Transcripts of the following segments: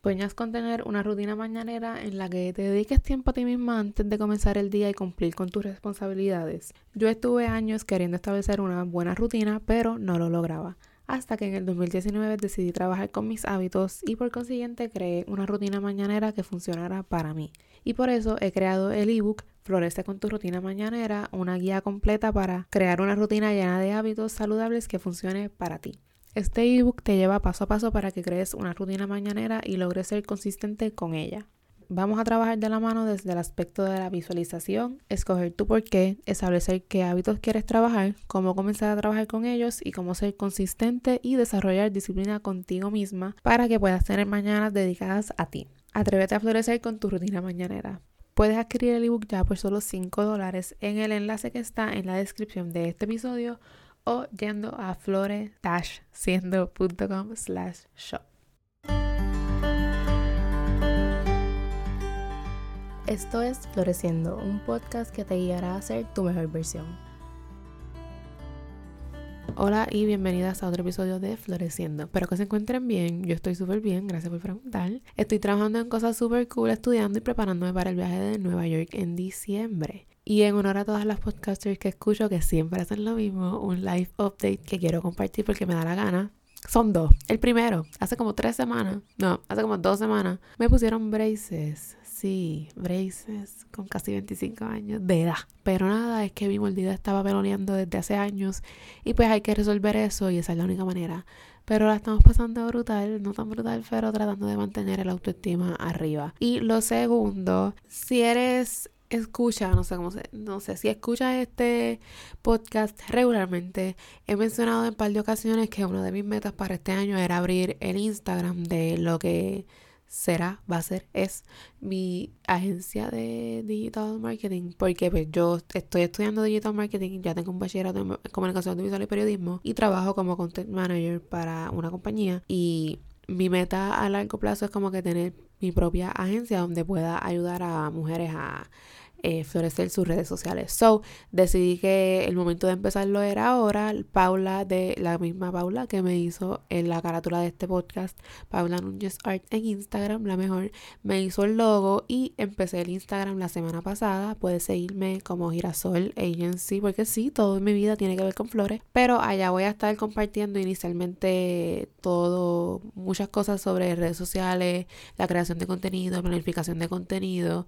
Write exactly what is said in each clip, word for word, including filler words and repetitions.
Sueñas con tener una rutina mañanera en la que te dediques tiempo a ti misma antes de comenzar el día y cumplir con tus responsabilidades. Yo estuve años queriendo establecer una buena rutina, pero no lo lograba. Hasta que en el dos mil diecinueve decidí trabajar con mis hábitos y por consiguiente creé una rutina mañanera que funcionara para mí. Y por eso he creado el ebook Florece con tu rutina mañanera, una guía completa para crear una rutina llena de hábitos saludables que funcione para ti. Este ebook te lleva paso a paso para que crees una rutina mañanera y logres ser consistente con ella. Vamos a trabajar de la mano desde el aspecto de la visualización, escoger tu porqué, establecer qué hábitos quieres trabajar, cómo comenzar a trabajar con ellos y cómo ser consistente y desarrollar disciplina contigo misma para que puedas tener mañanas dedicadas a ti. Atrévete a florecer con tu rutina mañanera. Puedes adquirir el ebook ya por solo cinco dólares en el enlace que está en la descripción de este episodio o yendo a flore siendo punto com slash shop. Esto es Floreciendo, un podcast que te guiará a ser tu mejor versión. Hola y bienvenidas a otro episodio de Floreciendo. Espero que se encuentren bien. Yo estoy súper bien, gracias por preguntar. Estoy trabajando en cosas súper cool, estudiando y preparándome para el viaje de Nueva York en diciembre. Y en honor a todas las podcasters que escucho que siempre hacen lo mismo, un live update que quiero compartir porque me da la gana. Son dos. El primero, hace como tres semanas, no, hace como dos semanas, me pusieron braces. Sí, braces con casi veinticinco años de edad. Pero nada, es que mi mordida estaba peloneando desde hace años y pues hay que resolver eso y esa es la única manera. Pero la estamos pasando brutal, no tan brutal, pero tratando de mantener el autoestima arriba. Y lo segundo, si eres... escucha, no sé cómo se, no sé, si escuchas este podcast regularmente, he mencionado en un par de ocasiones que una de mis metas para este año era abrir el Instagram de lo que será, va a ser, es mi agencia de digital marketing, porque pues yo estoy estudiando digital marketing, ya tengo un bachillerato en comunicación audiovisual y periodismo y trabajo como content manager para una compañía y mi meta a largo plazo es como que tener mi propia agencia donde pueda ayudar a mujeres a eh, florecer sus redes sociales. So, decidí que el momento de empezarlo era ahora. Paula, de la misma Paula que me hizo en la carátula de este podcast, Paula Núñez Art en Instagram, la mejor, me hizo el logo y empecé el Instagram la semana pasada. Puedes seguirme como Girasol Agency, porque sí, todo en mi vida tiene que ver con flores, pero allá voy a estar compartiendo inicialmente todo, muchas cosas sobre redes sociales, la creación de contenido, planificación de contenido.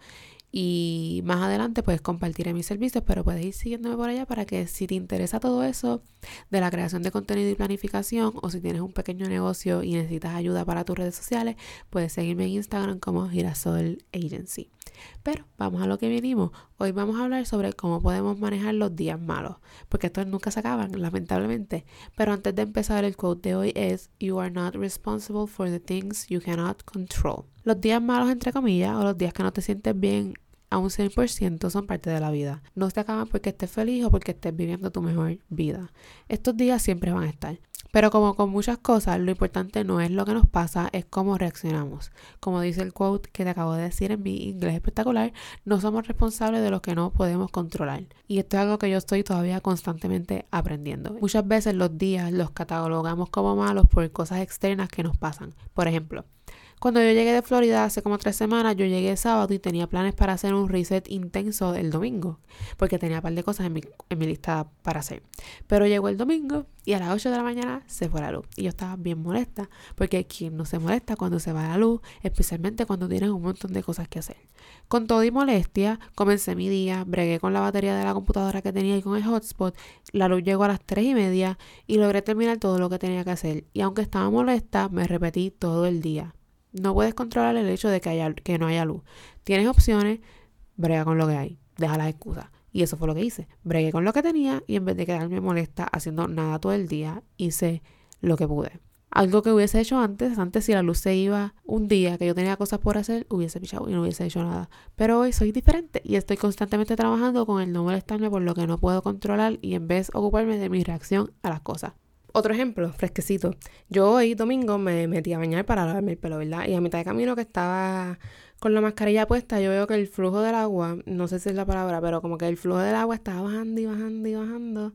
Y más adelante pues compartiré mis servicios, pero puedes ir siguiéndome por allá para que si te interesa todo eso de la creación de contenido y planificación, o si tienes un pequeño negocio y necesitas ayuda para tus redes sociales, puedes seguirme en Instagram como Girasol Agency. Pero vamos a lo que vinimos. Hoy vamos a hablar sobre cómo podemos manejar los días malos, porque estos nunca se acaban, lamentablemente. Pero antes de empezar, el quote de hoy es: You are not responsible for the things you cannot control. Los días malos, entre comillas, o los días que no te sientes bien a un cien por ciento son parte de la vida. No se acaban porque estés feliz o porque estés viviendo tu mejor vida. Estos días siempre van a estar. Pero como con muchas cosas, lo importante no es lo que nos pasa, es cómo reaccionamos. Como dice el quote que te acabo de decir en mi inglés espectacular, no somos responsables de lo que no podemos controlar. Y esto es algo que yo estoy todavía constantemente aprendiendo. Muchas veces los días los catalogamos como malos por cosas externas que nos pasan. Por ejemplo, cuando yo llegué de Florida hace como tres semanas, yo llegué el sábado y tenía planes para hacer un reset intenso el domingo, porque tenía un par de cosas en mi, en mi lista para hacer. Pero llegó el domingo y a las ocho de la mañana se fue la luz. Y yo estaba bien molesta, porque quien no se molesta cuando se va la luz, especialmente cuando tienes un montón de cosas que hacer. Con todo y molestia, comencé mi día, bregué con la batería de la computadora que tenía y con el hotspot. La luz llegó a las tres y media y logré terminar todo lo que tenía que hacer. Y aunque estaba molesta, me repetí todo el día. No puedes controlar el hecho de que, haya, que no haya luz. Tienes opciones, brega con lo que hay. Deja las excusas. Y eso fue lo que hice. Bregué con lo que tenía y en vez de quedarme molesta haciendo nada todo el día, hice lo que pude. Algo que hubiese hecho antes, antes si la luz se iba un día que yo tenía cosas por hacer, hubiese pichado y no hubiese hecho nada. Pero hoy soy diferente y estoy constantemente trabajando con el no molestarme por lo que no puedo controlar y en vez ocuparme de mi reacción a las cosas. Otro ejemplo, fresquecito. Yo hoy, domingo, me metí a bañar para lavarme el pelo, ¿verdad? Y a mitad de camino que estaba con la mascarilla puesta, yo veo que el flujo del agua, no sé si es la palabra, pero como que el flujo del agua estaba bajando y bajando y bajando.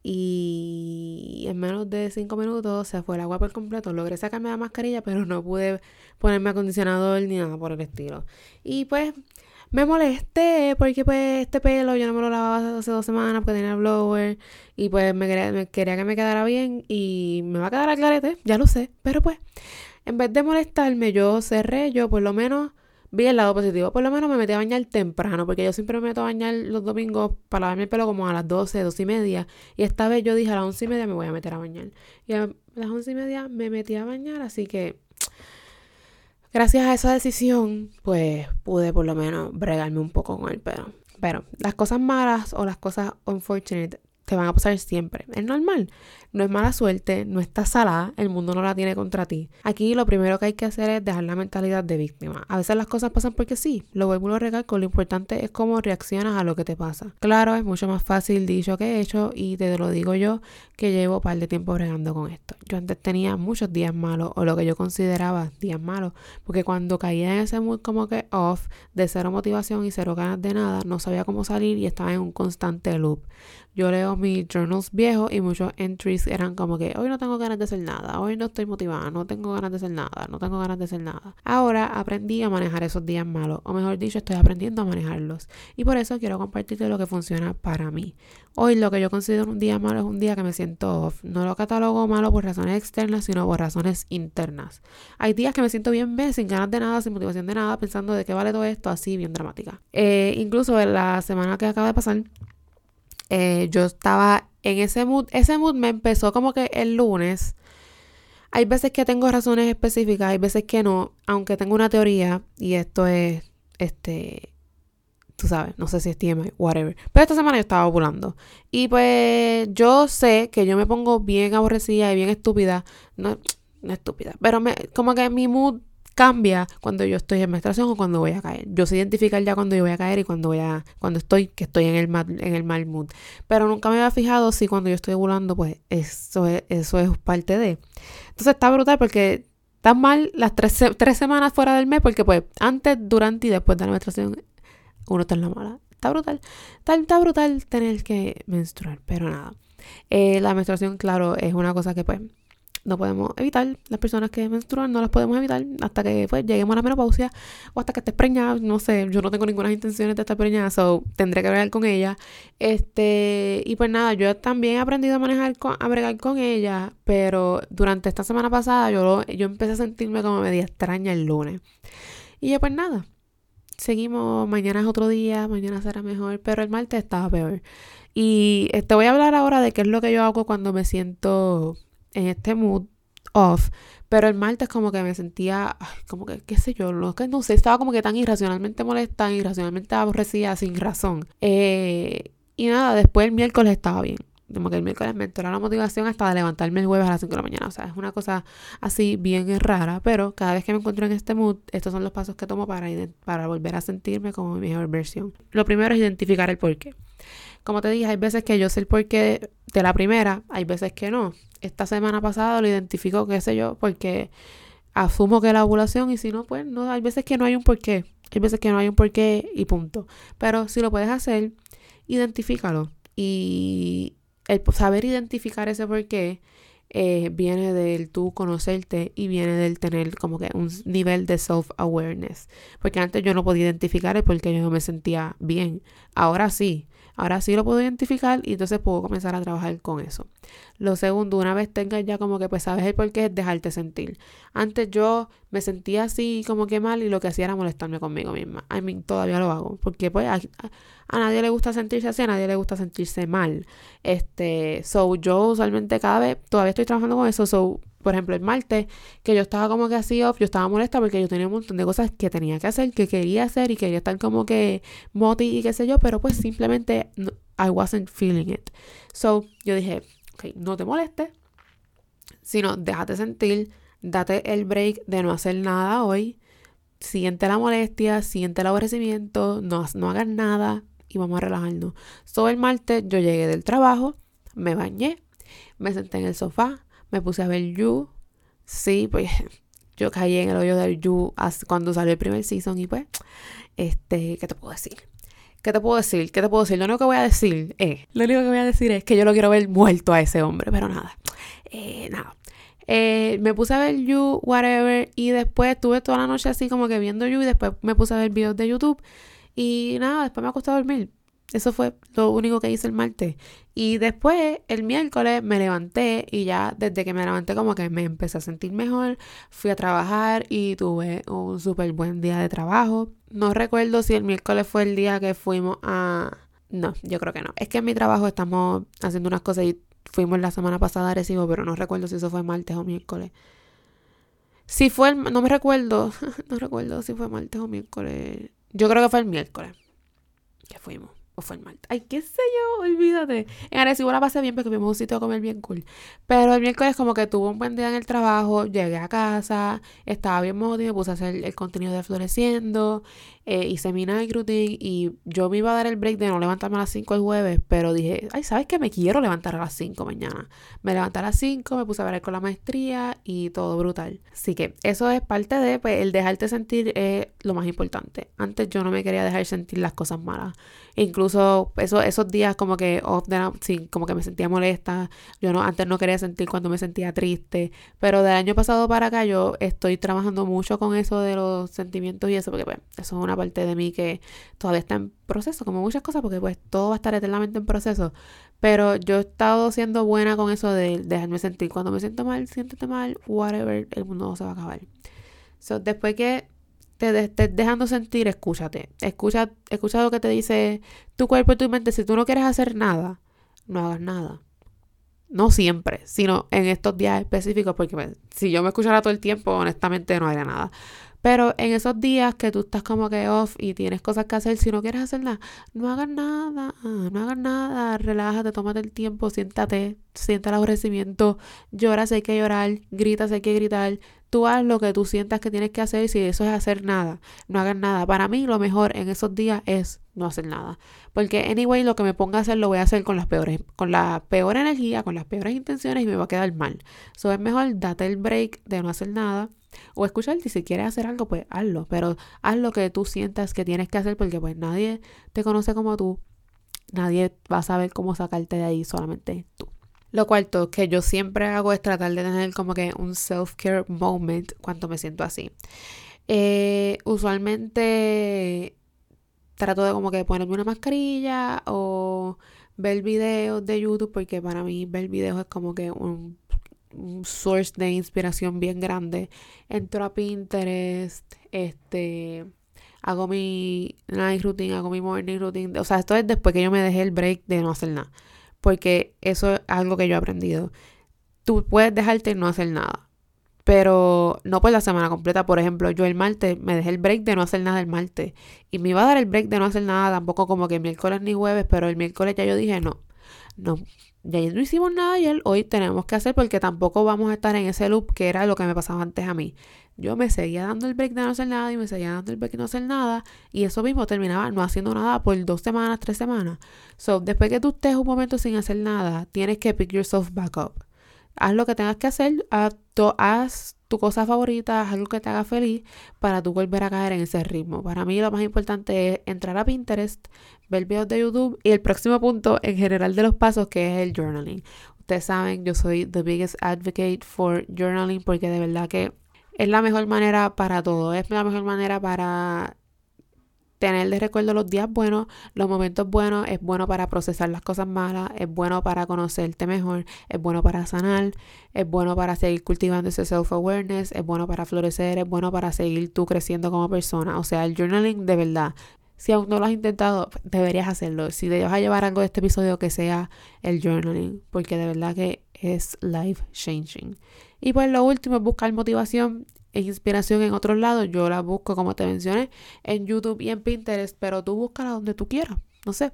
y en menos de cinco minutos se fue el agua por completo. Logré sacarme la mascarilla, pero no pude ponerme acondicionador ni nada por el estilo. Y pues me molesté porque pues este pelo yo no me lo lavaba hace dos semanas porque tenía blower y pues me quería, me quería que me quedara bien y me va a quedar al garete, ya lo sé, pero pues en vez de molestarme yo cerré, yo por lo menos vi el lado positivo, por lo menos me metí a bañar temprano porque yo siempre me meto a bañar los domingos para lavarme el pelo como a las doce, doce y media y esta vez yo dije a las once y media me voy a meter a bañar y a las once y media me metí a bañar, así que gracias a esa decisión, pues pude por lo menos bregarme un poco con el pelo. Pero las cosas malas o las cosas unfortunate te van a pasar siempre. Es normal. No es mala suerte, no está salada, el mundo no la tiene contra ti. Aquí lo primero que hay que hacer es dejar la mentalidad de víctima. A veces las cosas pasan porque sí, lo vuelvo a recalcar, lo importante es cómo reaccionas a lo que te pasa. Claro, es mucho más fácil dicho que hecho y te lo digo yo que llevo un par de tiempo bregando con esto. Yo antes tenía muchos días malos o lo que yo consideraba días malos, porque cuando caía en ese mood como que off, de cero motivación y cero ganas de nada, no sabía cómo salir y estaba en un constante loop. Yo leo mis journals viejos y muchos entries eran como que hoy no tengo ganas de hacer nada, hoy no estoy motivada, no tengo ganas de hacer nada, no tengo ganas de hacer nada. Ahora aprendí a manejar esos días malos, o mejor dicho, estoy aprendiendo a manejarlos. Y por eso quiero compartirte lo que funciona para mí. Hoy lo que yo considero un día malo es un día que me siento off. No lo catalogo malo por razones externas, sino por razones internas. Hay días que me siento bien bien, sin ganas de nada, sin motivación de nada, pensando de qué vale todo esto, así bien dramática. Eh, incluso en la semana que acaba de pasar, Eh, yo estaba en ese mood, ese mood me empezó como que el lunes. Hay veces que tengo razones específicas, hay veces que no, aunque tengo una teoría y esto es, este, tú sabes, no sé si es T M I, whatever. Pero esta semana yo estaba ovulando y pues yo sé que yo me pongo bien aborrecida y bien estúpida, no, no estúpida, pero me, como que mi mood cambia cuando yo estoy en menstruación o cuando voy a caer. Yo sé identificar ya cuando yo voy a caer y cuando voy a, cuando estoy, que estoy en el mal, en el mal mood. Pero nunca me había fijado si cuando yo estoy ovulando, pues eso es, eso es parte de. Entonces está brutal porque están mal las tres, tres semanas fuera del mes porque pues antes, durante y después de la menstruación uno está en la mala. Está brutal. Está, está brutal tener que menstruar, pero nada. Eh, la menstruación, claro, es una cosa que pues no podemos evitar. Las personas que menstruan no las podemos evitar hasta que pues lleguemos a la menopausia o hasta que estés preñada. No sé, yo no tengo ninguna intención de estar preñada, so tendré que bregar con ella. Este, y pues nada, yo también he aprendido a manejar con, a bregar con ella, pero durante esta semana pasada yo, lo, yo empecé a sentirme como media extraña el lunes. Y yo pues nada, seguimos, mañana es otro día, mañana será mejor, pero el martes estaba peor. Y eh, te voy a hablar ahora de qué es lo que yo hago cuando me siento en este mood off, pero el martes como que me sentía, ay, como que, qué sé yo, lo que no sé, estaba como que tan irracionalmente molesta, irracionalmente aborrecida, sin razón. Eh, y nada, después el miércoles estaba bien. Como que el miércoles me entró la motivación hasta de levantarme el jueves a las cinco de la mañana. O sea, es una cosa así bien rara, pero cada vez que me encuentro en este mood, estos son los pasos que tomo para, para volver a sentirme como mi mejor versión. Lo primero es identificar el porqué. Como te dije, hay veces que yo sé el porqué de la primera, hay veces que no. Esta semana pasada lo identifico, qué sé yo, porque asumo que la ovulación y si no, pues no. Hay veces que no hay un porqué. Hay veces que no hay un porqué y punto. Pero si lo puedes hacer, identifícalo. Y el saber identificar ese porqué eh, viene del tú conocerte y viene del tener como que un nivel de self-awareness. Porque antes yo no podía identificar el porqué yo no me sentía bien. Ahora sí. Ahora sí lo puedo identificar y entonces puedo comenzar a trabajar con eso. Lo segundo, una vez tengas ya como que pues sabes el porqué, es dejarte sentir. Antes yo me sentía así como que mal y lo que hacía era molestarme conmigo misma. I mean, todavía lo hago. Porque pues a, a nadie le gusta sentirse así, a nadie le gusta sentirse mal. Este, so yo usualmente cada vez, todavía estoy trabajando con eso, so por ejemplo, el martes, que yo estaba como que así off, yo estaba molesta porque yo tenía un montón de cosas que tenía que hacer, que quería hacer y quería estar como que moti y qué sé yo, pero pues simplemente no, I wasn't feeling it. So, yo dije, ok, no te molestes, sino déjate sentir, date el break de no hacer nada hoy, siente la molestia, siente el aborrecimiento, no, no hagas nada y vamos a relajarnos. So, el martes yo llegué del trabajo, me bañé, me senté en el sofá, me puse a ver You. Sí, pues yo caí en el hoyo del You cuando salió el primer season y pues, este, ¿qué te puedo decir? ¿Qué te puedo decir? ¿Qué te puedo decir? Lo único que voy a decir es, lo único que voy a decir es que yo lo quiero ver muerto a ese hombre, pero nada, eh, nada. Eh, me puse a ver You, whatever, y después estuve toda la noche así como que viendo You y después me puse a ver videos de YouTube y nada, después me acosté a dormir. Eso fue lo único que hice el martes. Y después, el miércoles, me levanté y ya desde que me levanté como que me empecé a sentir mejor. Fui a trabajar y tuve un súper buen día de trabajo. No recuerdo si el miércoles fue el día que fuimos a... No, yo creo que no. Es que en mi trabajo estamos haciendo unas cosas y fuimos la semana pasada a Arecibo, pero no recuerdo si eso fue martes o miércoles. Si fue el... No me recuerdo. No recuerdo si fue martes o miércoles. Yo creo que fue el miércoles que fuimos. O fue el martes. Ay, qué sé yo, olvídate. En Arecibo la pasé bien porque fuimos a un sitio a comer bien cool. Pero el miércoles como que tuve un buen día en el trabajo, llegué a casa, estaba bien modo y me puse a hacer el contenido de Floreciendo, eh, hice mi night routine y yo me iba a dar el break de no levantarme a las cinco el jueves, pero dije, ay, ¿sabes qué? Me quiero levantar a las cinco mañana. Me levanté a las cinco, me puse a ver con la maestría y todo brutal. Así que eso es parte de, pues, el dejarte sentir es lo más importante. Antes yo no me quería dejar sentir las cosas malas. Incluso eso, esos días como que off the, sí, como que me sentía molesta. Yo no antes no quería sentir cuando me sentía triste. Pero del año pasado para acá yo estoy trabajando mucho con eso de los sentimientos y eso. Porque pues eso es una parte de mí que todavía está en proceso. Como muchas cosas porque pues todo va a estar eternamente en proceso. Pero yo he estado siendo buena con eso de dejarme sentir. Cuando me siento mal, siéntete mal, whatever, el mundo se va a acabar. So, después que te estés dejando sentir, escúchate. Escucha, escucha lo que te dice tu cuerpo y tu mente. Si tú no quieres hacer nada, no hagas nada. No siempre, sino en estos días específicos, porque pues, si yo me escuchara todo el tiempo, honestamente no haría nada. Pero en esos días que tú estás como que off y tienes cosas que hacer, si no quieres hacer nada, no hagas nada, no hagas nada, relájate, tómate el tiempo, siéntate, sienta el aborrecimiento, llora si hay que llorar, grita si hay que gritar. Tú haz lo que tú sientas que tienes que hacer y si eso es hacer nada, no hagas nada. Para mí lo mejor en esos días es no hacer nada. Porque anyway lo que me ponga a hacer lo voy a hacer con las peores, con la peor energía, con las peores intenciones y me va a quedar mal. So es mejor date el break de no hacer nada. O escucharte, si quieres hacer algo, pues hazlo. Pero haz lo que tú sientas que tienes que hacer porque pues nadie te conoce como tú. Nadie va a saber cómo sacarte de ahí, solamente tú. Lo cuarto que yo siempre hago es tratar de tener como que un self-care moment cuando me siento así. Eh, usualmente trato de como que ponerme una mascarilla o ver videos de YouTube porque para mí ver videos es como que un, un source de inspiración bien grande. Entro a Pinterest, este... hago mi night routine, hago mi morning routine. O sea, esto es después que yo me dejé el break de no hacer nada. Porque eso es algo que yo he aprendido. Tú puedes dejarte no hacer nada. Pero no por la semana completa. Por ejemplo, yo el martes me dejé el break de no hacer nada el martes. Y me iba a dar el break de no hacer nada tampoco como que miércoles ni jueves. Pero el miércoles ya yo dije no. No. Ya no hicimos nada ayer. Hoy tenemos que hacer porque tampoco vamos a estar en ese loop que era lo que me pasaba antes a mí. Yo me seguía dando el break de no hacer nada y me seguía dando el break de no hacer nada y eso mismo terminaba no haciendo nada por dos semanas, tres semanas. So, después que tú estés un momento sin hacer nada, tienes que pick yourself back up. Haz lo que tengas que hacer, haz, to, haz tu cosa favorita, haz algo que te haga feliz para tú volver a caer en ese ritmo. Para mí lo más importante es entrar a Pinterest, ver videos de YouTube y el próximo punto en general de los pasos que es el journaling. Ustedes saben, yo soy the biggest advocate for journaling porque de verdad que es la mejor manera para todo. Es la mejor manera para tener de recuerdo los días buenos, los momentos buenos. Es bueno para procesar las cosas malas. Es bueno para conocerte mejor. Es bueno para sanar. Es bueno para seguir cultivando ese self-awareness. Es bueno para florecer. Es bueno para seguir tú creciendo como persona. O sea, el journaling de verdad. Si aún no lo has intentado, deberías hacerlo. Si te vas a llevar algo de este episodio, que sea el journaling. Porque de verdad que es life changing. Y pues lo último es buscar motivación e inspiración en otros lados. Yo la busco, como te mencioné, en YouTube y en Pinterest, pero tú búscala donde tú quieras. No sé.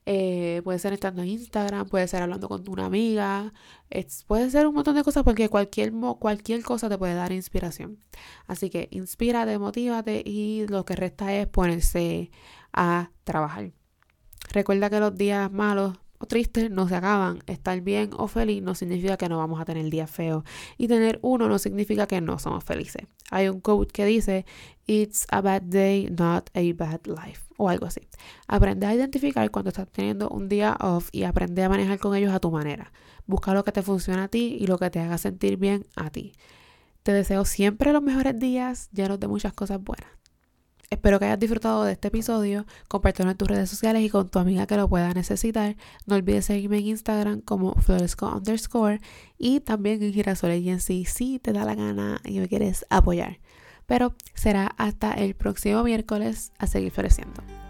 Eh, puede ser estando en Instagram, puede ser hablando con una amiga, es, puede ser un montón de cosas porque cualquier, cualquier cosa te puede dar inspiración. Así que inspírate, motívate y lo que resta es ponerse a trabajar. Recuerda que los días malos o tristes no se acaban. Estar bien o feliz no significa que no vamos a tener días feos. Y tener uno no significa que no somos felices. Hay un quote que dice, "It's a bad day, not a bad life", o algo así. Aprende a identificar cuando estás teniendo un día off y aprende a manejar con ellos a tu manera. Busca lo que te funciona a ti y lo que te haga sentir bien a ti. Te deseo siempre los mejores días, llenos de muchas cosas buenas. Espero que hayas disfrutado de este episodio. Compártelo en tus redes sociales y con tu amiga que lo pueda necesitar. No olvides seguirme en Instagram como floresco underscore y también en Girasol Agency si te da la gana y me quieres apoyar. Pero será hasta el próximo miércoles a seguir floreciendo.